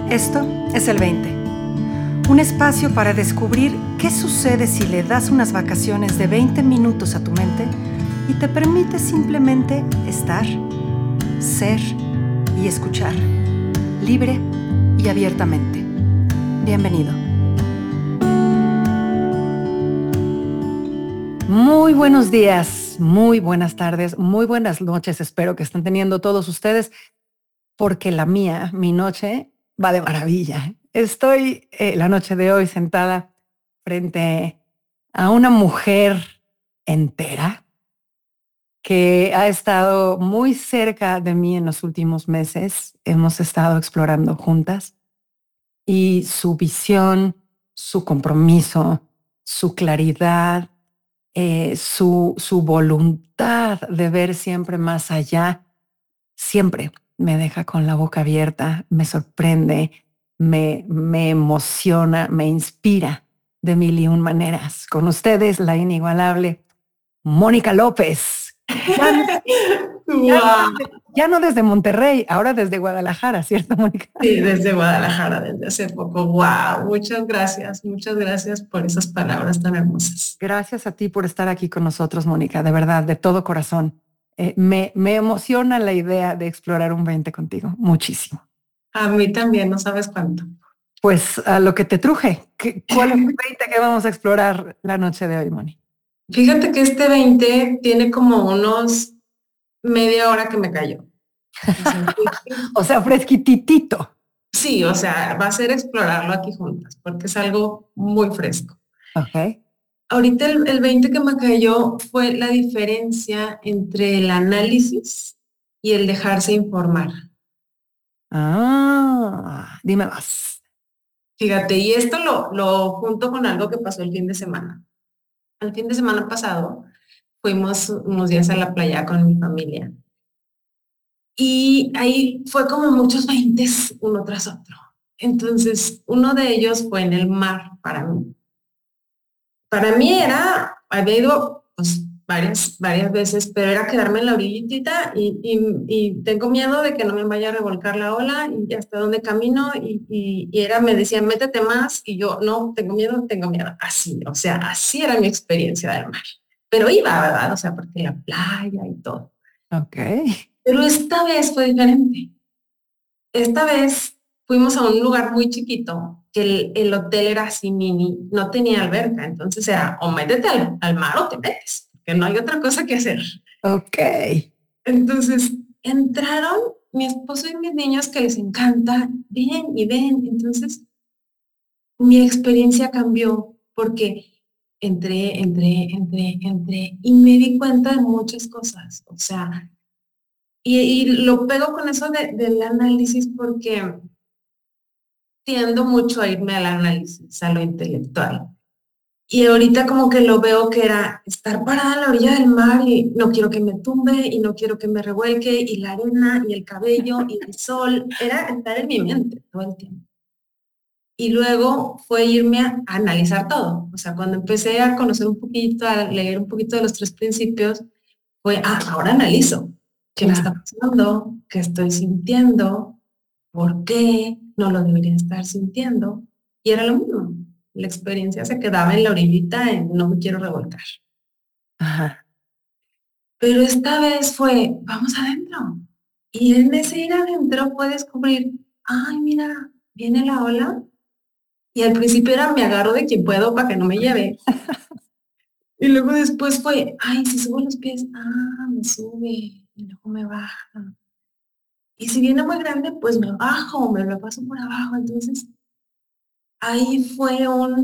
Esto es el 20, un espacio para descubrir qué sucede si le das unas vacaciones de 20 minutos a tu mente y te permite simplemente estar, ser y escuchar, libre y abiertamente. Bienvenido. Muy buenos días, muy buenas tardes, muy buenas noches. Espero que estén teniendo todos ustedes, porque mi noche va de maravilla. Estoy la noche de hoy sentada frente a una mujer entera que ha estado muy cerca de mí en los últimos meses. Hemos estado explorando juntas y su visión, su compromiso, su claridad, su voluntad de ver siempre más allá, siempre me deja con la boca abierta, me sorprende, me emociona, me inspira de mil y un maneras. Con ustedes, la inigualable Mónica López. Ya no, ya no Wow. ya no desde Monterrey, ahora desde Guadalajara, ¿cierto, Mónica? Sí, desde Guadalajara, desde hace poco. Wow, muchas gracias por esas palabras tan hermosas. Gracias a ti por estar aquí con nosotros, Mónica, de verdad, de todo corazón. Me emociona la idea de explorar un 20 contigo, muchísimo. A mí también, no sabes cuánto. Pues a lo que te truje. ¿Cuál es el 20 que vamos a explorar la noche de hoy, Moni? Fíjate que este 20 tiene como unos media hora que me cayó. O sea, O sea, fresquititito. sí, o sea, va a ser explorarlo aquí juntas, porque es algo muy fresco. Ok. Ahorita el 20 que me cayó fue la diferencia entre el análisis y el dejarse informar. Dime más. Fíjate, y esto lo junto con algo que pasó el fin de semana. El fin de semana pasado fuimos unos días a la playa con mi familia y ahí fue como muchos veintes uno tras otro. Entonces, uno de ellos fue en el mar para mí. Para mí había ido pues, varias veces, pero era quedarme en la orillita y tengo miedo de que no me vaya a revolcar la ola y hasta dónde camino me decían, métete más y yo, no, tengo miedo. Así, o sea, así era mi experiencia del mar. Pero iba, ¿verdad? O sea, porque la playa y todo. Ok. Pero esta vez fue diferente. Esta vez fuimos a un lugar muy chiquito, que el hotel era así mini, no tenía alberca, entonces era o métete al mar o te metes, que no hay otra cosa que hacer. Ok. Entonces entraron mi esposo y mis niños que les encanta, ven y ven, entonces mi experiencia cambió porque entré y me di cuenta de muchas cosas, o sea, y lo pego con eso del análisis porque tiendo mucho a irme al análisis, a lo intelectual. Y ahorita como que lo veo que era estar parada en la orilla del mar y no quiero que me tumbe y no quiero que me revuelque y la arena y el cabello y el sol, era estar en mi mente todo el tiempo. Y luego fue irme a analizar todo. O sea, cuando empecé a conocer un poquito, a leer un poquito de los tres principios, fue, ahora analizo. ¿Qué me está Claro. pasando? ¿Qué estoy sintiendo? ¿Por qué no lo debería estar sintiendo? Y era lo mismo. La experiencia se quedaba en la orillita en no me quiero revolcar. Ajá. Pero esta vez fue, vamos adentro. Y en ese ir adentro fue descubrir, ay, mira, viene la ola. Y al principio era me agarro de quien puedo para que no me lleve. Y luego después fue, ay, si subo los pies, me sube y luego me baja. Y si viene muy grande, pues me bajo, me lo paso por abajo. Entonces, ahí fue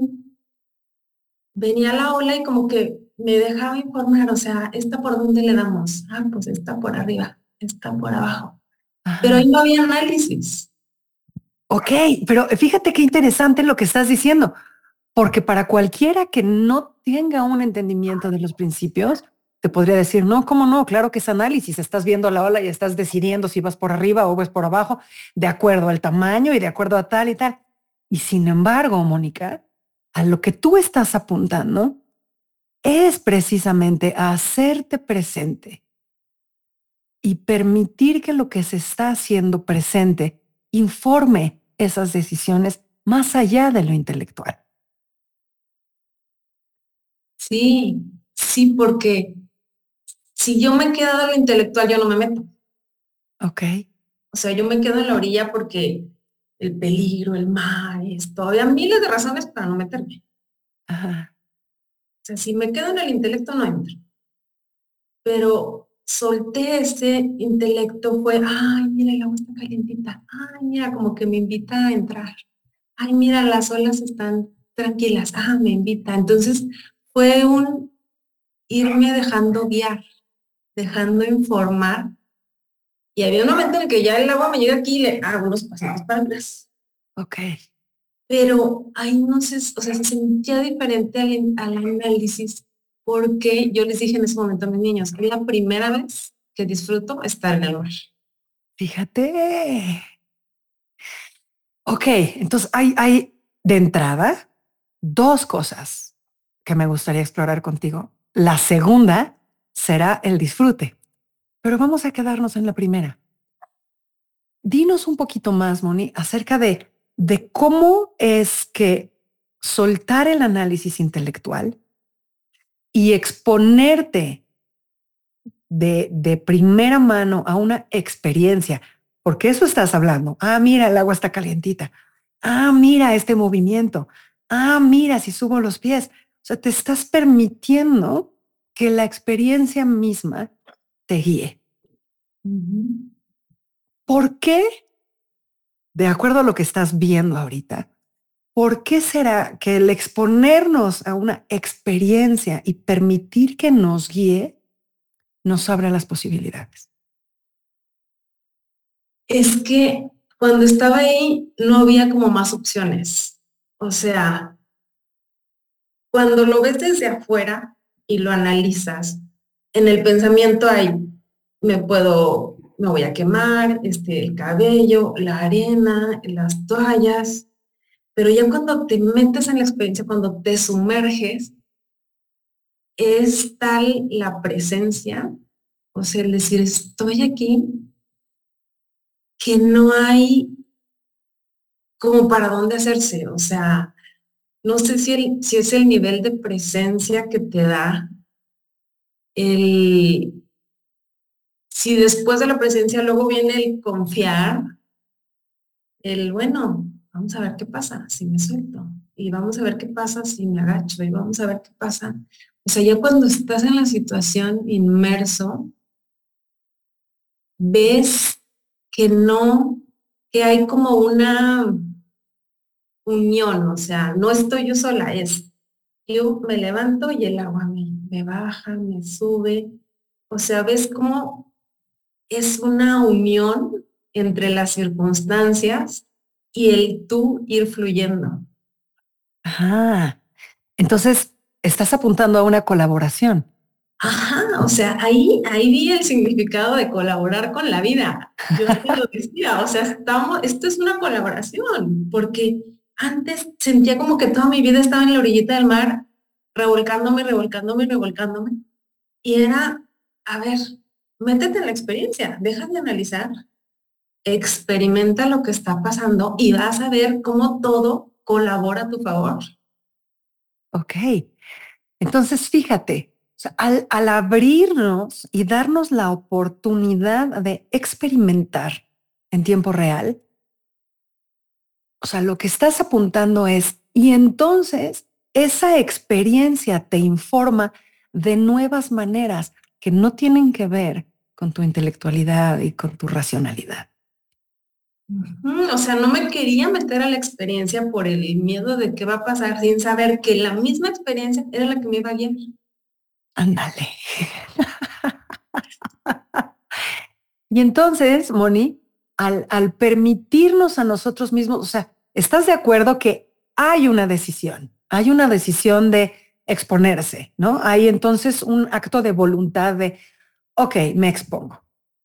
venía la ola y como que me dejaba informar, o sea, ¿esta por dónde le damos? Pues está por arriba, está por abajo. Pero Ajá. ahí no había análisis. Ok, pero fíjate qué interesante lo que estás diciendo, porque para cualquiera que no tenga un entendimiento de los principios, te podría decir, no, ¿cómo no? Claro que es análisis, estás viendo la ola y estás decidiendo si vas por arriba o vas por abajo, de acuerdo al tamaño y de acuerdo a tal y tal. Y sin embargo, Mónica, a lo que tú estás apuntando es precisamente a hacerte presente y permitir que lo que se está haciendo presente informe esas decisiones más allá de lo intelectual. Sí, sí, porque si yo me quedo en lo intelectual, yo no me meto. Ok. O sea, yo me quedo en la orilla porque el peligro, el mar, esto, había miles de razones para no meterme. Ajá. O sea, si me quedo en el intelecto, no entro. Pero solté ese intelecto, fue, ay, mira, el agua está calientita. Ay, mira, como que me invita a entrar. Ay, mira, las olas están tranquilas. Ah, me invita. Entonces, fue un irme dejando guiar, dejando informar. Y había un momento en el que ya el agua me llega aquí y le hago unos pasitos para atrás. Ok. Pero ahí no sé, o sea, se sentía diferente al análisis porque yo les dije en ese momento a mis niños, es la primera vez que disfruto estar en el mar. Fíjate. Ok, entonces hay de entrada dos cosas que me gustaría explorar contigo. La segunda será el disfrute, pero vamos a quedarnos en la primera. Dinos un poquito más, Moni, acerca de cómo es que soltar el análisis intelectual y exponerte de primera mano a una experiencia, porque eso estás hablando. Ah, mira, el agua está calientita. Ah, mira este movimiento. Ah, mira, si subo los pies. O sea, te estás permitiendo que la experiencia misma te guíe. Ujú. ¿Por qué? De acuerdo a lo que estás viendo ahorita, ¿por qué será que el exponernos a una experiencia y permitir que nos guíe nos abre las posibilidades? Es que cuando estaba ahí no había como más opciones. O sea, cuando lo ves desde afuera y lo analizas, en el pensamiento hay, me voy a quemar, el cabello, la arena, las toallas, pero ya cuando te metes en la experiencia, cuando te sumerges, es tal la presencia, o sea, el decir, estoy aquí, que no hay como para dónde hacerse, o sea, no sé si es el nivel de presencia que te da el, si después de la presencia luego viene el confiar, bueno, vamos a ver qué pasa si me suelto y vamos a ver qué pasa si me agacho y vamos a ver qué pasa. O sea, ya cuando estás en la situación inmerso, ves que no, que hay como una unión, o sea, no estoy yo sola, es yo me levanto y el agua me baja, me sube. O sea, ves cómo es una unión entre las circunstancias y el tú ir fluyendo. Ajá. Entonces, estás apuntando a una colaboración. Ajá, o sea, ahí vi el significado de colaborar con la vida. Yo te lo decía, o sea, esto es una colaboración, porque antes sentía como que toda mi vida estaba en la orillita del mar, revolcándome, revolcándome, revolcándome. Y era, a ver, métete en la experiencia, deja de analizar, experimenta lo que está pasando y vas a ver cómo todo colabora a tu favor. Ok. Entonces, fíjate, o sea, al abrirnos y darnos la oportunidad de experimentar en tiempo real, o sea, lo que estás apuntando es, y entonces esa experiencia te informa de nuevas maneras que no tienen que ver con tu intelectualidad y con tu racionalidad. O sea, no me quería meter a la experiencia por el miedo de qué va a pasar sin saber que la misma experiencia era la que me iba a guiar. Ándale. Y entonces, Moni, al permitirnos a nosotros mismos, o sea, ¿estás de acuerdo que hay una decisión de exponerse, ¿no? Hay entonces un acto de voluntad de, ok, me expongo,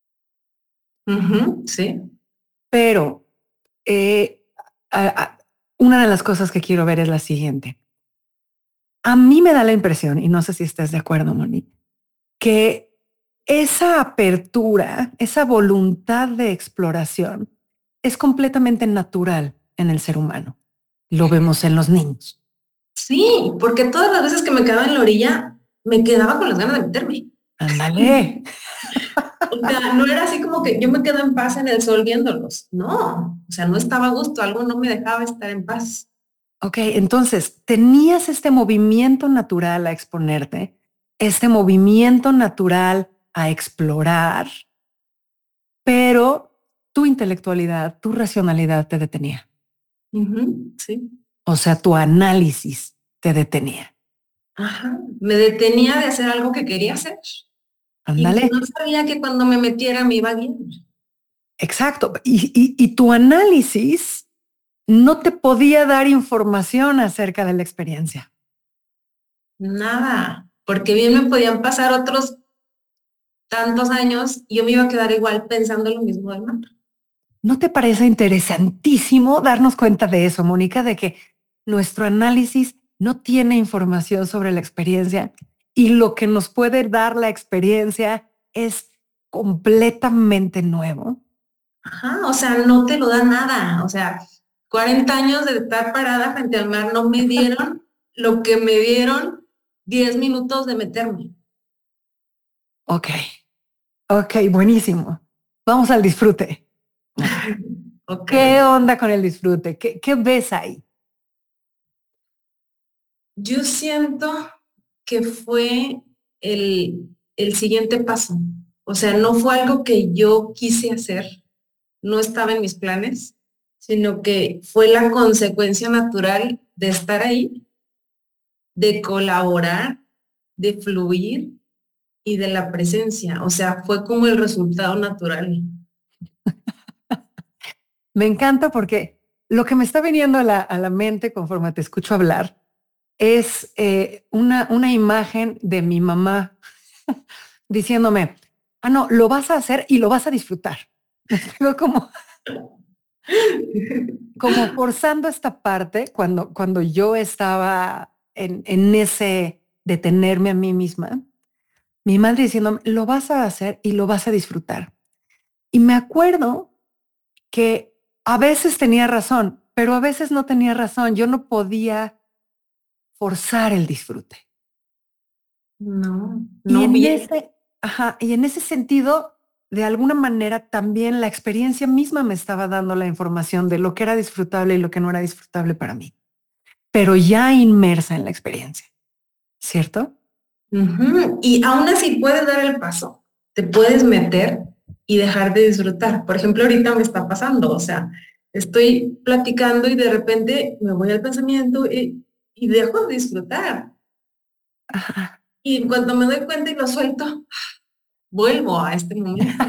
Ujú, sí. pero eh, a- a- una de las cosas que quiero ver es la siguiente. A mí me da la impresión, y no sé si estás de acuerdo, Moni, que esa apertura, esa voluntad de exploración es completamente natural en el ser humano. Lo vemos en los niños. Sí, porque todas las veces que me quedaba en la orilla, me quedaba con las ganas de meterme. Ándale. O sea, no era así como que yo me quedo en paz en el sol viéndolos. No, o sea, no estaba a gusto, algo no me dejaba estar en paz. Ok, entonces tenías este movimiento natural a exponerte, este movimiento natural a explorar, pero tu intelectualidad, tu racionalidad te detenía. Sí. O sea, tu análisis te detenía. Ajá. Me detenía de hacer algo que quería hacer y que Ándale. no sabía que cuando me metiera me iba bien. Exacto. Y tu análisis no te podía dar información acerca de la experiencia. Nada, porque bien me podían pasar otros tantos años y yo me iba a quedar igual pensando lo mismo del mar. ¿No te parece interesantísimo darnos cuenta de eso, Mónica, de que nuestro análisis no tiene información sobre la experiencia y lo que nos puede dar la experiencia es completamente nuevo? Ajá, o sea, no te lo da nada. O sea, 40 años de estar parada frente al mar no me dieron lo que me dieron 10 minutos de meterme. Ok, ok, buenísimo. Vamos al disfrute. Ok. ¿Qué onda con el disfrute? ¿Qué ves ahí? Yo siento que fue el siguiente paso. O sea, no fue algo que yo quise hacer, no estaba en mis planes, sino que fue la consecuencia natural de estar ahí, de colaborar, de fluir y de la presencia. O sea, fue como el resultado natural. Me encanta porque lo que me está viniendo a la mente conforme te escucho hablar es una imagen de mi mamá diciéndome, ah, no, lo vas a hacer y lo vas a disfrutar. Me explico como forzando esta parte cuando yo estaba en ese detenerme a mí misma, mi madre diciéndome, lo vas a hacer y lo vas a disfrutar. Y me acuerdo que a veces tenía razón, pero a veces no tenía razón. Yo no podía forzar el disfrute. No, Y no bien. y en ese sentido, de alguna manera también la experiencia misma me estaba dando la información de lo que era disfrutable y lo que no era disfrutable para mí, pero ya inmersa en la experiencia, ¿cierto? Y aún así puedes dar el paso, te puedes meter y dejar de disfrutar. Por ejemplo, ahorita me está pasando, o sea, estoy platicando y de repente me voy al pensamiento y dejo de disfrutar. Ajá. Y cuando me doy cuenta y lo suelto, vuelvo a este momento.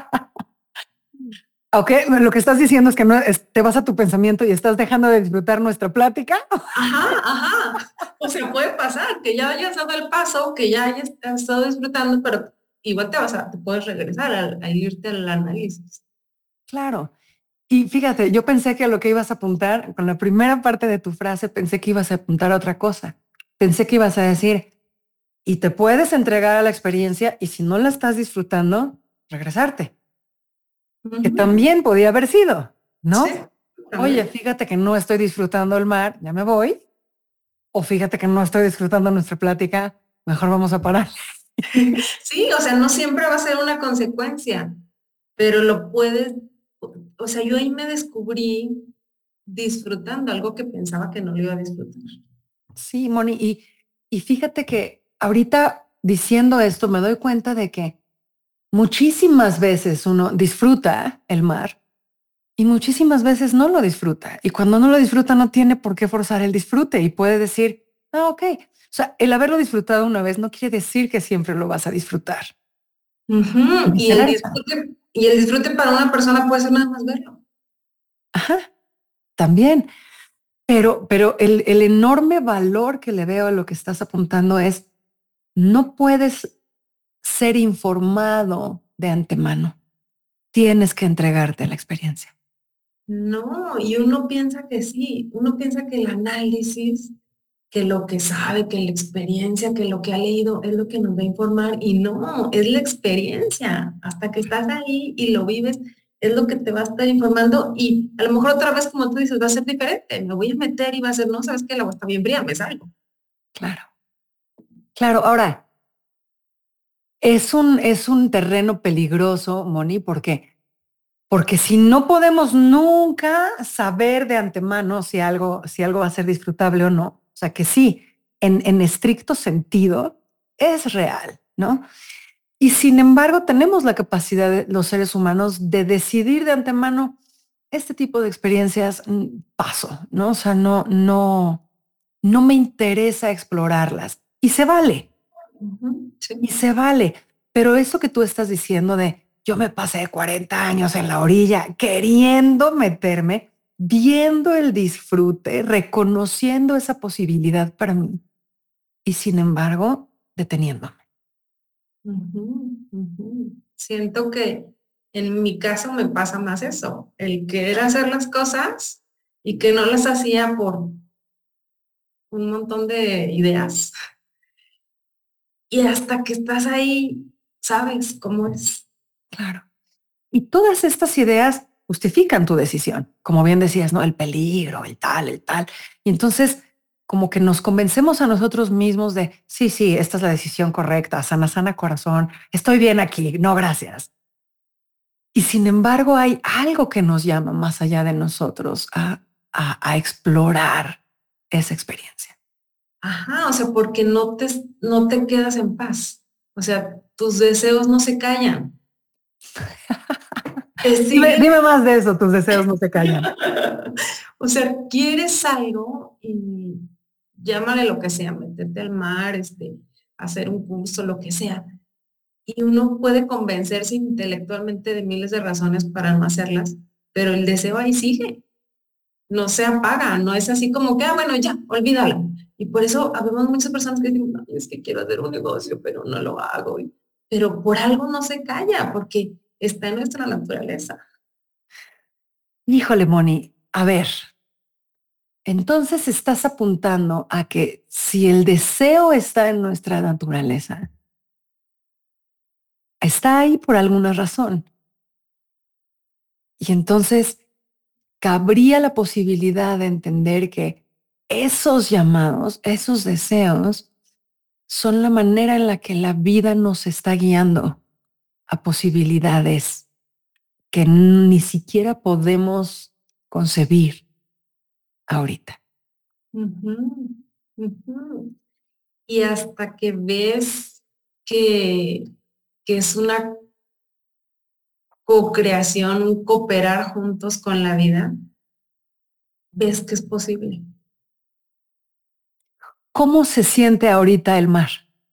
Ok, lo que estás diciendo es que te vas a tu pensamiento y estás dejando de disfrutar nuestra plática. Ajá, ajá. O sea, puede pasar que ya hayas dado el paso, que ya hayas estado disfrutando, pero igual te puedes regresar a irte al análisis. Claro. Y fíjate, yo pensé que a lo que ibas a apuntar, con la primera parte de tu frase, pensé que ibas a apuntar a otra cosa. Pensé que ibas a decir, y te puedes entregar a la experiencia y si no la estás disfrutando, regresarte, que Ujú. también podía haber sido, Sí, ¿no? Oye, también. fíjate que no estoy disfrutando el mar, ya me voy. O fíjate que no estoy disfrutando nuestra plática, mejor vamos a parar. Sí, o sea, no siempre va a ser una consecuencia, pero lo puedes, o sea, yo ahí me descubrí disfrutando algo que pensaba que no lo iba a disfrutar. Sí, Moni, y fíjate que ahorita diciendo esto me doy cuenta de que muchísimas veces uno disfruta el mar y muchísimas veces no lo disfruta. Y cuando no lo disfruta no tiene por qué forzar el disfrute y puede decir, ah, ok. O sea, el haberlo disfrutado una vez no quiere decir que siempre lo vas a disfrutar. Y Ujú. viceversa. Y el disfrute para una persona puede ser nada más verlo. Ajá, también. Pero el enorme valor que le veo a lo que estás apuntando es, no puedes ser informado de antemano. Tienes que entregarte a la experiencia. No, y uno piensa que sí, uno piensa que el análisis, que lo que sabe, que la experiencia, que lo que ha leído es lo que nos va a informar y no, es la experiencia. Hasta que estás ahí y lo vives, es lo que te va a estar informando y a lo mejor otra vez, como tú dices, va a ser diferente. Me voy a meter y va a ser, no, sabes que el agua está bien fría, me salgo. Claro, claro. Ahora, es un terreno peligroso, Moni, porque si no podemos nunca saber de antemano si algo va a ser disfrutable o no, o sea que sí, en estricto sentido es real, ¿no? Y sin embargo, tenemos la capacidad de los seres humanos de decidir de antemano este tipo de experiencias, paso, ¿no? O sea, no me interesa explorarlas. Y se vale, y Sí. se vale. Pero eso que tú estás diciendo de yo me pasé 40 años en la orilla queriendo meterme, viendo el disfrute, reconociendo esa posibilidad para mí y sin embargo deteniéndome. Ujú, ujú. Siento que en mi caso me pasa más eso, el querer hacer las cosas y que no las hacía por un montón de ideas. Y hasta que estás ahí, sabes cómo es. Claro. Y todas estas ideas justifican tu decisión, como bien decías, ¿no? El peligro, el tal, el tal. Y entonces, como que nos convencemos a nosotros mismos de, sí, sí, esta es la decisión correcta, sana, sana corazón, estoy bien aquí, no, gracias. Y sin embargo, hay algo que nos llama más allá de nosotros a explorar esa experiencia. Ajá, o sea, porque no te quedas en paz. O sea, tus deseos no se callan. Te siguen. Dime más de eso, tus deseos no se callan. O sea, quieres algo y llámale lo que sea, meterte al mar, hacer un curso, lo que sea. Y uno puede convencerse intelectualmente de miles de razones para no hacerlas, pero el deseo ahí sigue, no se apaga, no es así como que, bueno, ya, olvídalo. Y por eso habemos muchas personas que dicen, no, es que quiero hacer un negocio, pero no lo hago. Pero por algo no se calla, porque está en nuestra naturaleza. Híjole, Moni, a ver, entonces estás apuntando a que si el deseo está en nuestra naturaleza, está ahí por alguna razón. Y entonces cabría la posibilidad de entender que esos llamados, esos deseos, son la manera en la que la vida nos está guiando a posibilidades que ni siquiera podemos concebir ahorita. Ujú, ujú. Y hasta que ves que, que es una co-creación, un cooperar juntos con la vida, ves que es posible. ¿Cómo se siente ahorita el mar?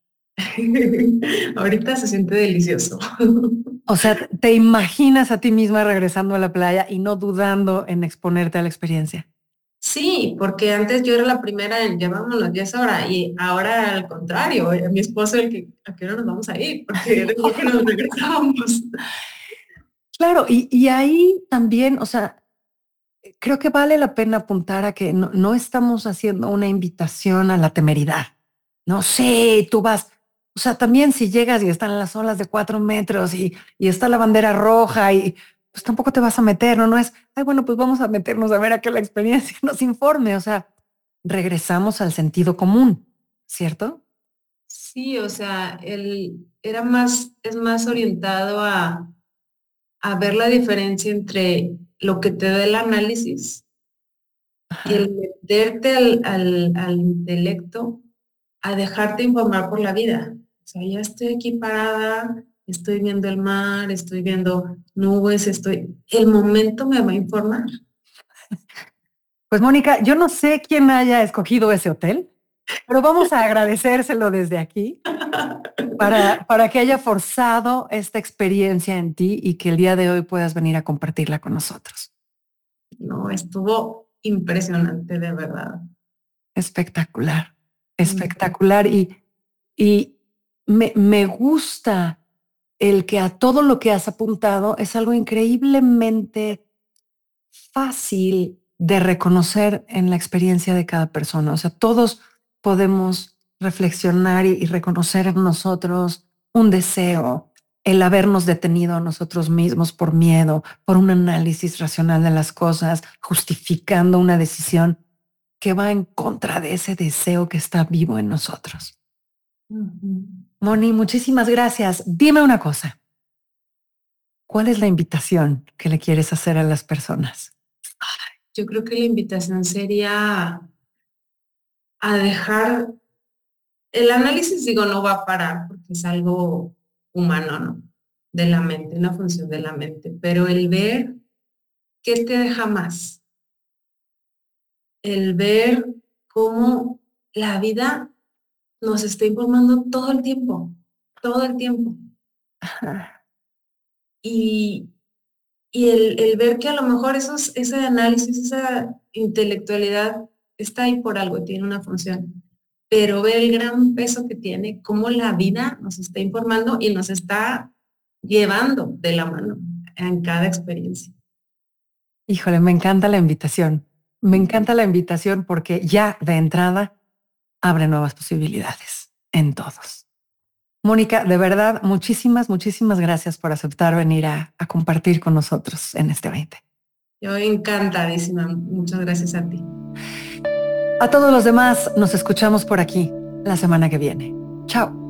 Ahorita se siente delicioso. O sea, ¿te imaginas a ti misma regresando a la playa y no dudando en exponerte a la experiencia? Sí, porque antes yo era la primera en ya vámonos, ya es hora, y ahora al contrario, mi esposo el que a qué hora nos vamos a ir, porque era el día que nos regresábamos. Claro, y ahí también, o sea, creo que vale la pena apuntar a que no estamos haciendo una invitación a la temeridad. No sé, tú vas, o sea, también si llegas y están las olas de 4 metros y está la bandera roja y pues tampoco te vas a meter, ¿no? No es, ay, bueno, pues vamos a meternos a ver a que la experiencia nos informe. O sea, regresamos al sentido común, ¿cierto? Sí, o sea, es más orientado a ver la diferencia entre lo que te da el análisis y Ajá. el meterte al intelecto a dejarte informar por la vida. O sea, ya estoy aquí parada, estoy viendo el mar, estoy viendo nubes, el momento me va a informar. Pues Mónica, yo no sé quién haya escogido ese hotel, pero vamos a agradecérselo desde aquí para que haya forzado esta experiencia en ti y que el día de hoy puedas venir a compartirla con nosotros. No, estuvo impresionante, de verdad. Espectacular, Mm. espectacular. Y me gusta el que a todo lo que has apuntado es algo increíblemente fácil de reconocer en la experiencia de cada persona. O sea, todos podemos reflexionar y reconocer en nosotros un deseo, el habernos detenido a nosotros mismos por miedo, por un análisis racional de las cosas, justificando una decisión que va en contra de ese deseo que está vivo en nosotros. Moni, muchísimas gracias. Dime una cosa. ¿Cuál es la invitación que le quieres hacer a las personas? Yo creo que la invitación sería a dejar, el análisis, digo, no va a parar porque es algo humano, ¿no? De la mente, una función de la mente, pero el ver qué te deja más, el ver cómo la vida nos está informando todo el tiempo. Ajá. Y, y el ver que a lo mejor ese análisis, esa intelectualidad está ahí por algo, tiene una función, pero ver el gran peso que tiene, cómo la vida nos está informando y nos está llevando de la mano en cada experiencia. Híjole, me encanta la invitación. Me encanta la invitación porque ya de entrada abre nuevas posibilidades en todos. Mónica, de verdad, muchísimas, muchísimas gracias por aceptar venir a compartir con nosotros en este 20. Yo encantadísima. Muchas gracias a ti. A todos los demás, nos escuchamos por aquí la semana que viene. Chao.